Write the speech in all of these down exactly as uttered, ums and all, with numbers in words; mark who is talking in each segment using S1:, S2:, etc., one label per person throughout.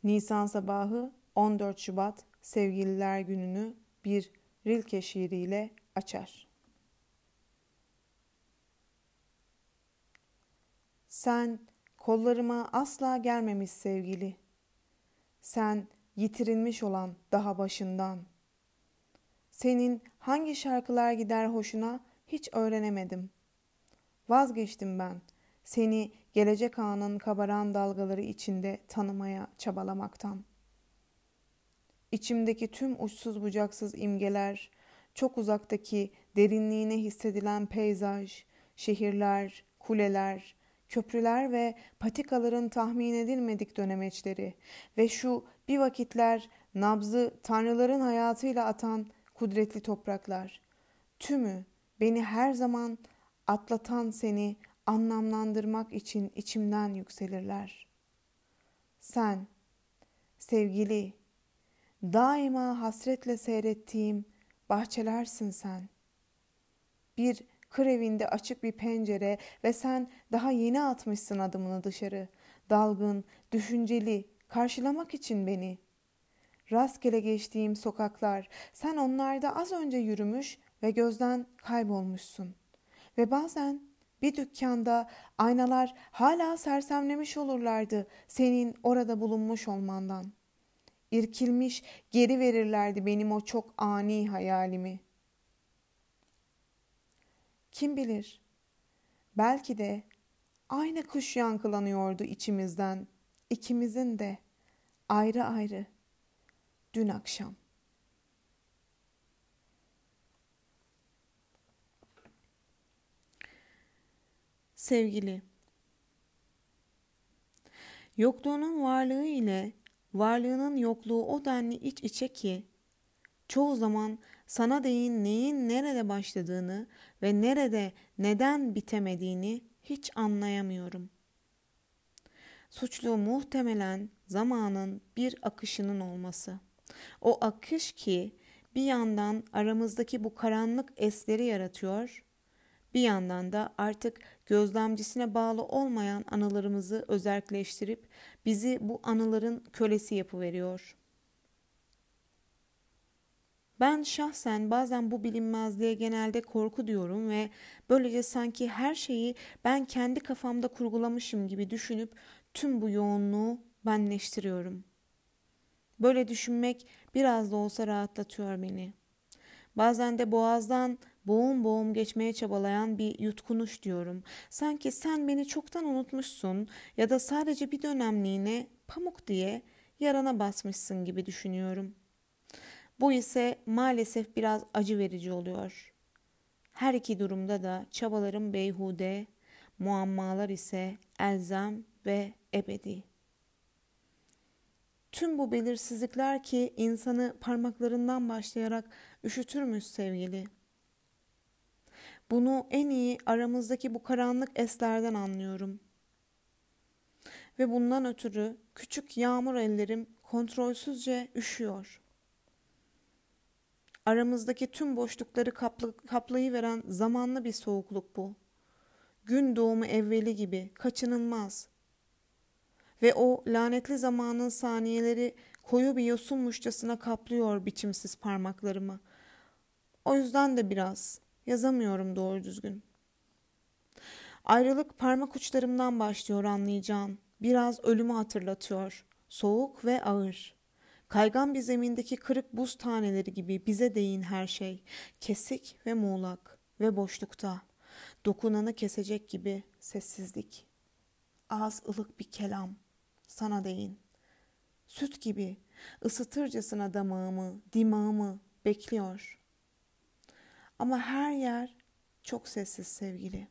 S1: Nisan sabahı on dört Şubat Sevgililer Günü'nü bir Rilke şiiriyle açar. Sen kollarıma asla gelmemiş sevgili. Sen yitirilmiş olan daha başından. Senin hangi şarkılar gider hoşuna hiç öğrenemedim. Vazgeçtim ben seni gelecek anın kabaran dalgaları içinde tanımaya çabalamaktan. İçimdeki tüm uçsuz bucaksız imgeler, çok uzaktaki derinliğine hissedilen peyzaj, şehirler, kuleler, köprüler ve patikaların tahmin edilmedik dönemeçleri ve şu bir vakitler nabzı tanrıların hayatıyla atan kudretli topraklar. Tümü beni her zaman atlatan seni anlamlandırmak için içimden yükselirler. Sen, sevgili, daima hasretle seyrettiğim bahçelersin sen. Bir kır evinde açık bir pencere ve sen daha yeni atmışsın adımını dışarı. Dalgın, düşünceli, karşılamak için beni. Rastgele geçtiğim sokaklar, sen onlarda az önce yürümüş ve gözden kaybolmuşsun. Ve bazen bir dükkanda aynalar hala sersemlemiş olurlardı senin orada bulunmuş olmandan. İrkilmiş geri verirlerdi benim o çok ani hayalimi. Kim bilir, belki de aynı kuş yankılanıyordu içimizden, ikimizin de ayrı ayrı dün akşam. Sevgili, yokluğunun varlığı ile varlığının yokluğu o denli iç içe ki, çoğu zaman sana değin neyin nerede başladığını ve nerede neden bitemediğini hiç anlayamıyorum. Suçlu muhtemelen zamanın bir akışının olması. O akış ki bir yandan aramızdaki bu karanlık esleri yaratıyor, bir yandan da artık gözlemcisine bağlı olmayan anılarımızı özerkleştirip bizi bu anıların kölesi yapıveriyor. Ben şahsen bazen bu bilinmezliğe genelde korku diyorum ve böylece sanki her şeyi ben kendi kafamda kurgulamışım gibi düşünüp tüm bu yoğunluğu benleştiriyorum. Böyle düşünmek biraz da olsa rahatlatıyor beni. Bazen de boğazdan boğum boğum geçmeye çabalayan bir yutkunuş diyorum. Sanki sen beni çoktan unutmuşsun ya da sadece bir dönemliğine pamuk diye yarana basmışsın gibi düşünüyorum. Bu ise maalesef biraz acı verici oluyor. Her iki durumda da çabalarım beyhude, muammalar ise elzem ve ebedi. Tüm bu belirsizlikler ki insanı parmaklarından başlayarak üşütürmüş sevgili. Bunu en iyi aramızdaki bu karanlık eslerden anlıyorum. Ve bundan ötürü küçük yağmur ellerim kontrolsüzce üşüyor. Aramızdaki tüm boşlukları kaplı, kaplayıveren zamanlı bir soğukluk bu. Gün doğumu evveli gibi kaçınılmaz. Ve o lanetli zamanın saniyeleri koyu bir yosunmuşçasına kaplıyor biçimsiz parmaklarımı. O yüzden de biraz yazamıyorum doğru düzgün. Ayrılık parmak uçlarımdan başlıyor anlayacağın. Biraz ölümü hatırlatıyor. Soğuk ve ağır. Kaygan bir zemindeki kırık buz taneleri gibi bize değin her şey. Kesik ve muğlak ve boşlukta. Dokunanı kesecek gibi sessizlik. Az ılık bir kelam. Sana değin. Süt gibi ısıtırcasına damağımı, dimağımı bekliyor. Ama her yer çok sessiz sevgili.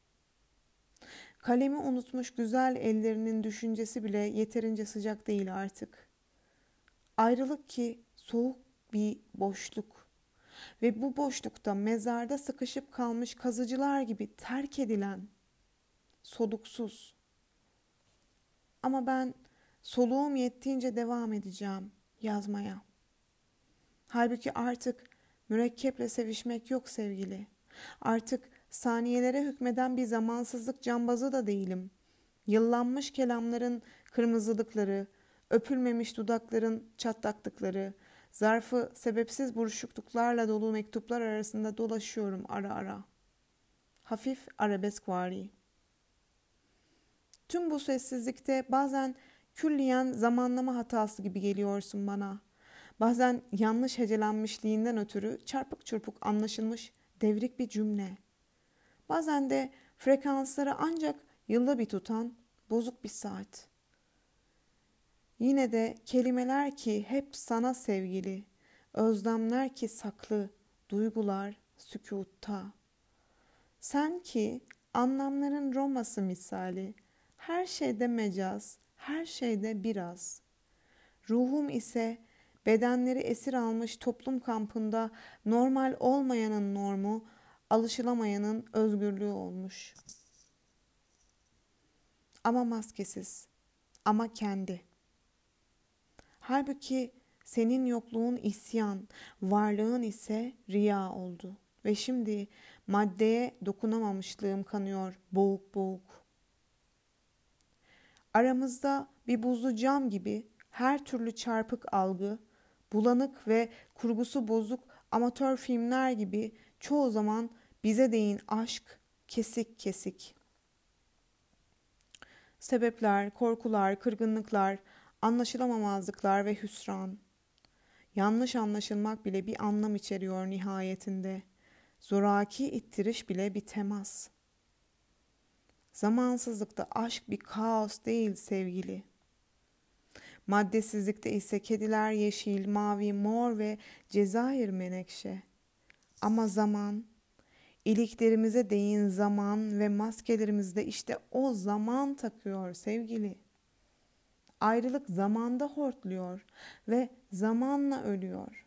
S1: Kalemi unutmuş güzel ellerinin düşüncesi bile yeterince sıcak değil artık. Ayrılık ki soğuk bir boşluk ve bu boşlukta mezarda sıkışıp kalmış kazıcılar gibi terk edilen, soluksuz. Ama ben soluğum yettiğince devam edeceğim yazmaya. Halbuki artık mürekkeple sevişmek yok sevgili. Artık saniyelere hükmeden bir zamansızlık cambazı da değilim. Yıllanmış kelamların kırmızılıkları, öpülmemiş dudakların çatlaklıkları, zarfı sebepsiz buruşukluklarla dolu mektuplar arasında dolaşıyorum ara ara. Hafif arabeskvari. Tüm bu sessizlikte bazen külliyen zamanlama hatası gibi geliyorsun bana. Bazen yanlış hecelenmişliğinden ötürü çarpık çırpık anlaşılmış devrik bir cümle. Bazen de frekansları ancak yılda bir tutan bozuk bir saat. Yine de kelimeler ki hep sana sevgili, özlemler ki saklı, duygular sükûtta. Sen ki anlamların Roma'sı misali, her şeyde mecaz, her şeyde biraz. Ruhum ise bedenleri esir almış toplum kampında normal olmayanın normu, alışılamayanın özgürlüğü olmuş. Ama maskesiz, ama kendi. Halbuki senin yokluğun isyan, varlığın ise riya oldu. Ve şimdi maddeye dokunamamışlığım kanıyor boğuk boğuk. Aramızda bir buzlu cam gibi her türlü çarpık algı, bulanık ve kurgusu bozuk amatör filmler gibi çoğu zaman bize değin aşk kesik kesik. Sebepler, korkular, kırgınlıklar, anlaşılamamazlıklar ve hüsran. Yanlış anlaşılmak bile bir anlam içeriyor nihayetinde. Zoraki ittiriş bile bir temas. Zamansızlıkta aşk bir kaos değil sevgili. Maddesizlikte ise kediler yeşil, mavi, mor ve Cezayir menekşe. Ama zaman, iliklerimize değin zaman ve maskelerimizde işte o zaman takıyor sevgili. Ayrılık zamanda hortluyor ve zamanla ölüyor.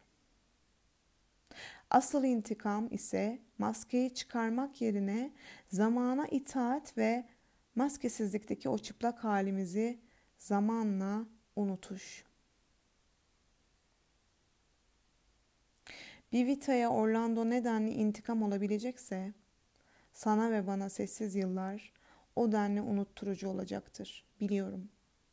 S1: Asıl intikam ise maskeyi çıkarmak yerine zamana itaat ve maskesizlikteki o çıplak halimizi zamanla unutuş. Bir Vita'ya Orlando nedenli intikam olabilecekse, sana ve bana sessiz yıllar o denli unutturucu olacaktır, biliyorum.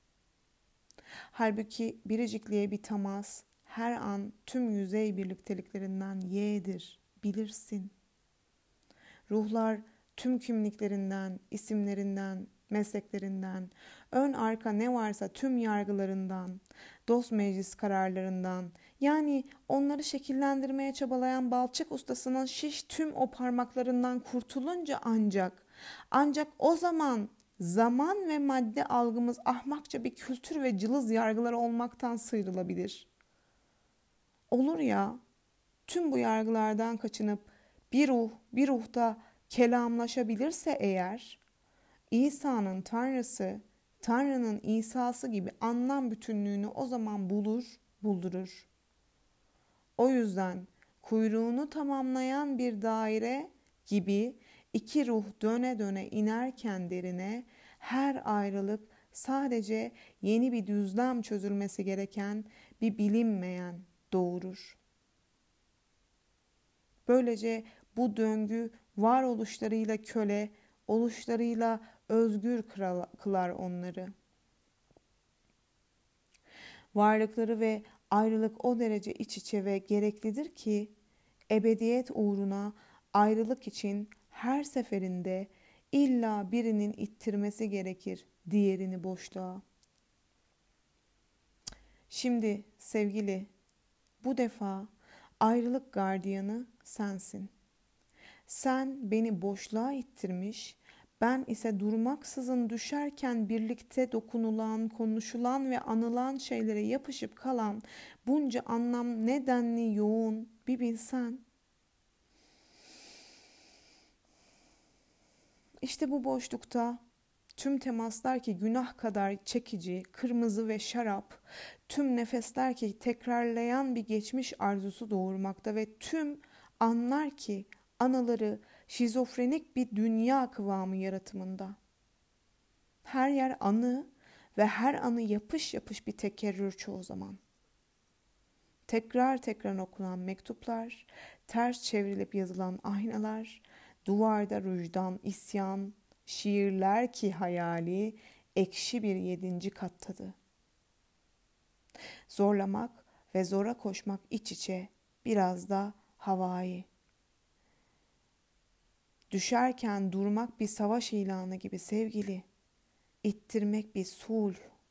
S1: Halbuki biricikliğe bir temas her an tüm yüzey birlikteliklerinden yeğdir, bilirsin. Ruhlar tüm kimliklerinden, isimlerinden, mesleklerinden, ön arka ne varsa tüm yargılarından, dost meclis kararlarından, yani onları şekillendirmeye çabalayan balçık ustasının şiş tüm o parmaklarından kurtulunca ancak, ancak o zaman zaman ve madde algımız ahmakça bir kültür ve cılız yargılar olmaktan sıyrılabilir. Olur ya, tüm bu yargılardan kaçınıp bir ruh, bir ruhta kelamlaşabilirse eğer, İsa'nın Tanrısı, Tanrı'nın İsa'sı gibi anlam bütünlüğünü o zaman bulur, buldurur. O yüzden kuyruğunu tamamlayan bir daire gibi iki ruh döne döne inerken derine her ayrılık sadece yeni bir düzlem çözülmesi gereken bir bilinmeyen doğurur. Böylece bu döngü varoluşlarıyla köle, oluşlarıyla özgür kılar onları. Varlıkları ve ayrılık o derece iç içe ve gereklidir ki, ebediyet uğruna ayrılık için her seferinde illa birinin ittirmesi gerekir diğerini boşluğa. Şimdi sevgili, bu defa ayrılık gardiyanı sensin. Sen beni boşluğa ittirmiş, ben ise durmaksızın düşerken birlikte dokunulan, konuşulan ve anılan şeylere yapışıp kalan bunca anlam nedenli yoğun bir bilsen. İşte bu boşlukta tüm temaslar ki günah kadar çekici, kırmızı ve şarap, tüm nefesler ki tekrarlayan bir geçmiş arzusu doğurmakta ve tüm anlar ki anaları şizofrenik bir dünya kıvamı yaratımında. Her yer anı ve her anı yapış yapış bir tekerrür çoğu zaman. Tekrar tekrar okunan mektuplar, ters çevrilip yazılan aynalar, duvarda rujdan isyan, şiirler ki hayali ekşi bir yedinci kattadı. Zorlamak ve zora koşmak iç içe, biraz da havai. Düşerken durmak bir savaş ilanı gibi sevgili, ittirmek bir sulh.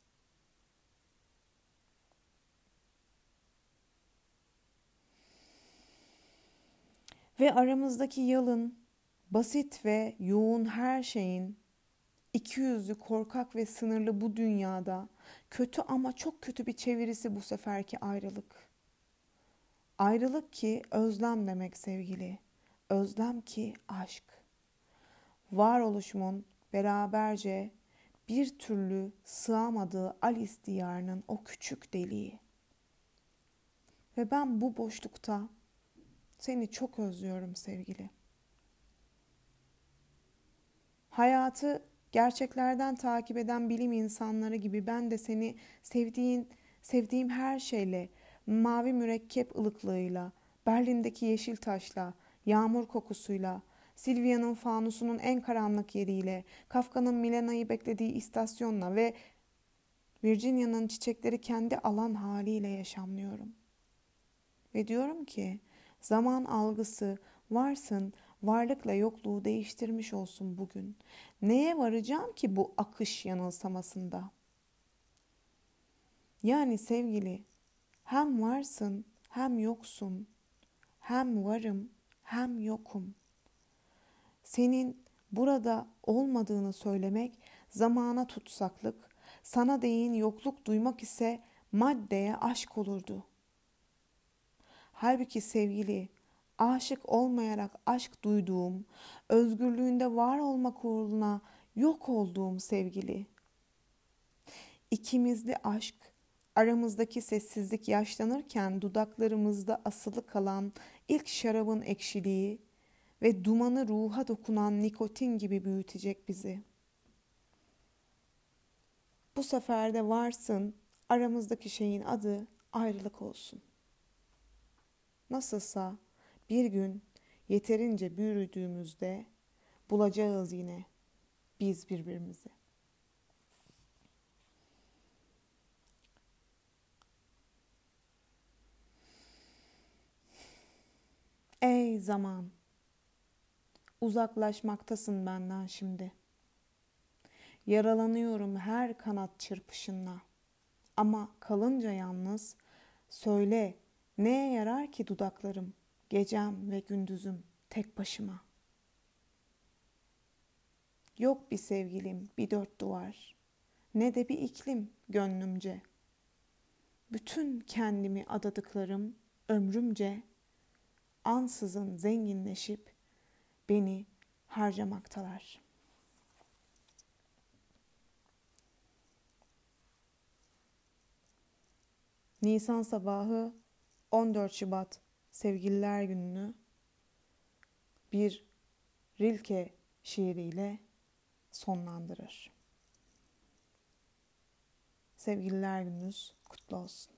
S1: Ve aramızdaki yalın, basit ve yoğun her şeyin, ikiyüzlü, korkak ve sınırlı bu dünyada kötü ama çok kötü bir çevirisi bu seferki ayrılık. Ayrılık ki özlem demek sevgili. Özlem ki aşk. Varoluşumun beraberce bir türlü sığamadığı Alice diyarının o küçük deliği. Ve ben bu boşlukta seni çok özlüyorum sevgili. Hayatı gerçeklerden takip eden bilim insanları gibi ben de seni sevdiğin, sevdiğim her şeyle, mavi mürekkep ılıklığıyla, Berlin'deki yeşil taşla, yağmur kokusuyla, Silvia'nın fanusunun en karanlık yeriyle, Kafka'nın Milena'yı beklediği istasyonla ve Virginia'nın çiçekleri kendi alan haliyle yaşamlıyorum. Ve diyorum ki zaman algısı varsın, varlıkla yokluğu değiştirmiş olsun bugün. Neye varacağım ki bu akış yanılsamasında? Yani sevgili, hem varsın hem yoksun, hem varım hem yokum. Senin burada olmadığını söylemek zamana tutsaklık, sana değin yokluk duymak ise maddeye aşk olurdu. Halbuki sevgili, aşık olmayarak aşk duyduğum, özgürlüğünde var olmak uğruna yok olduğum sevgili. İkimizli aşk, aramızdaki sessizlik yaşlanırken dudaklarımızda asılı kalan ilk şarabın ekşiliği ve dumanı ruha dokunan nikotin gibi büyütecek bizi. Bu sefer de varsın, aramızdaki şeyin adı ayrılık olsun. Nasılsa bir gün yeterince büyüdüğümüzde bulacağız yine biz birbirimizi. Ey zaman, uzaklaşmaktasın benden şimdi. Yaralanıyorum her kanat çırpışınla. Ama kalınca yalnız söyle, neye yarar ki dudaklarım, gecem ve gündüzüm tek başıma? Yok bir sevgilim, bir dört duvar, ne de bir iklim gönlümce. Bütün kendimi adadıklarım ömrümce ansızın zenginleşip beni harcamaktalar. Nisan sabahı on dört Şubat Sevgililer Günü'nü bir Rilke şiiriyle sonlandırır. Sevgililer Gününüz kutlu olsun.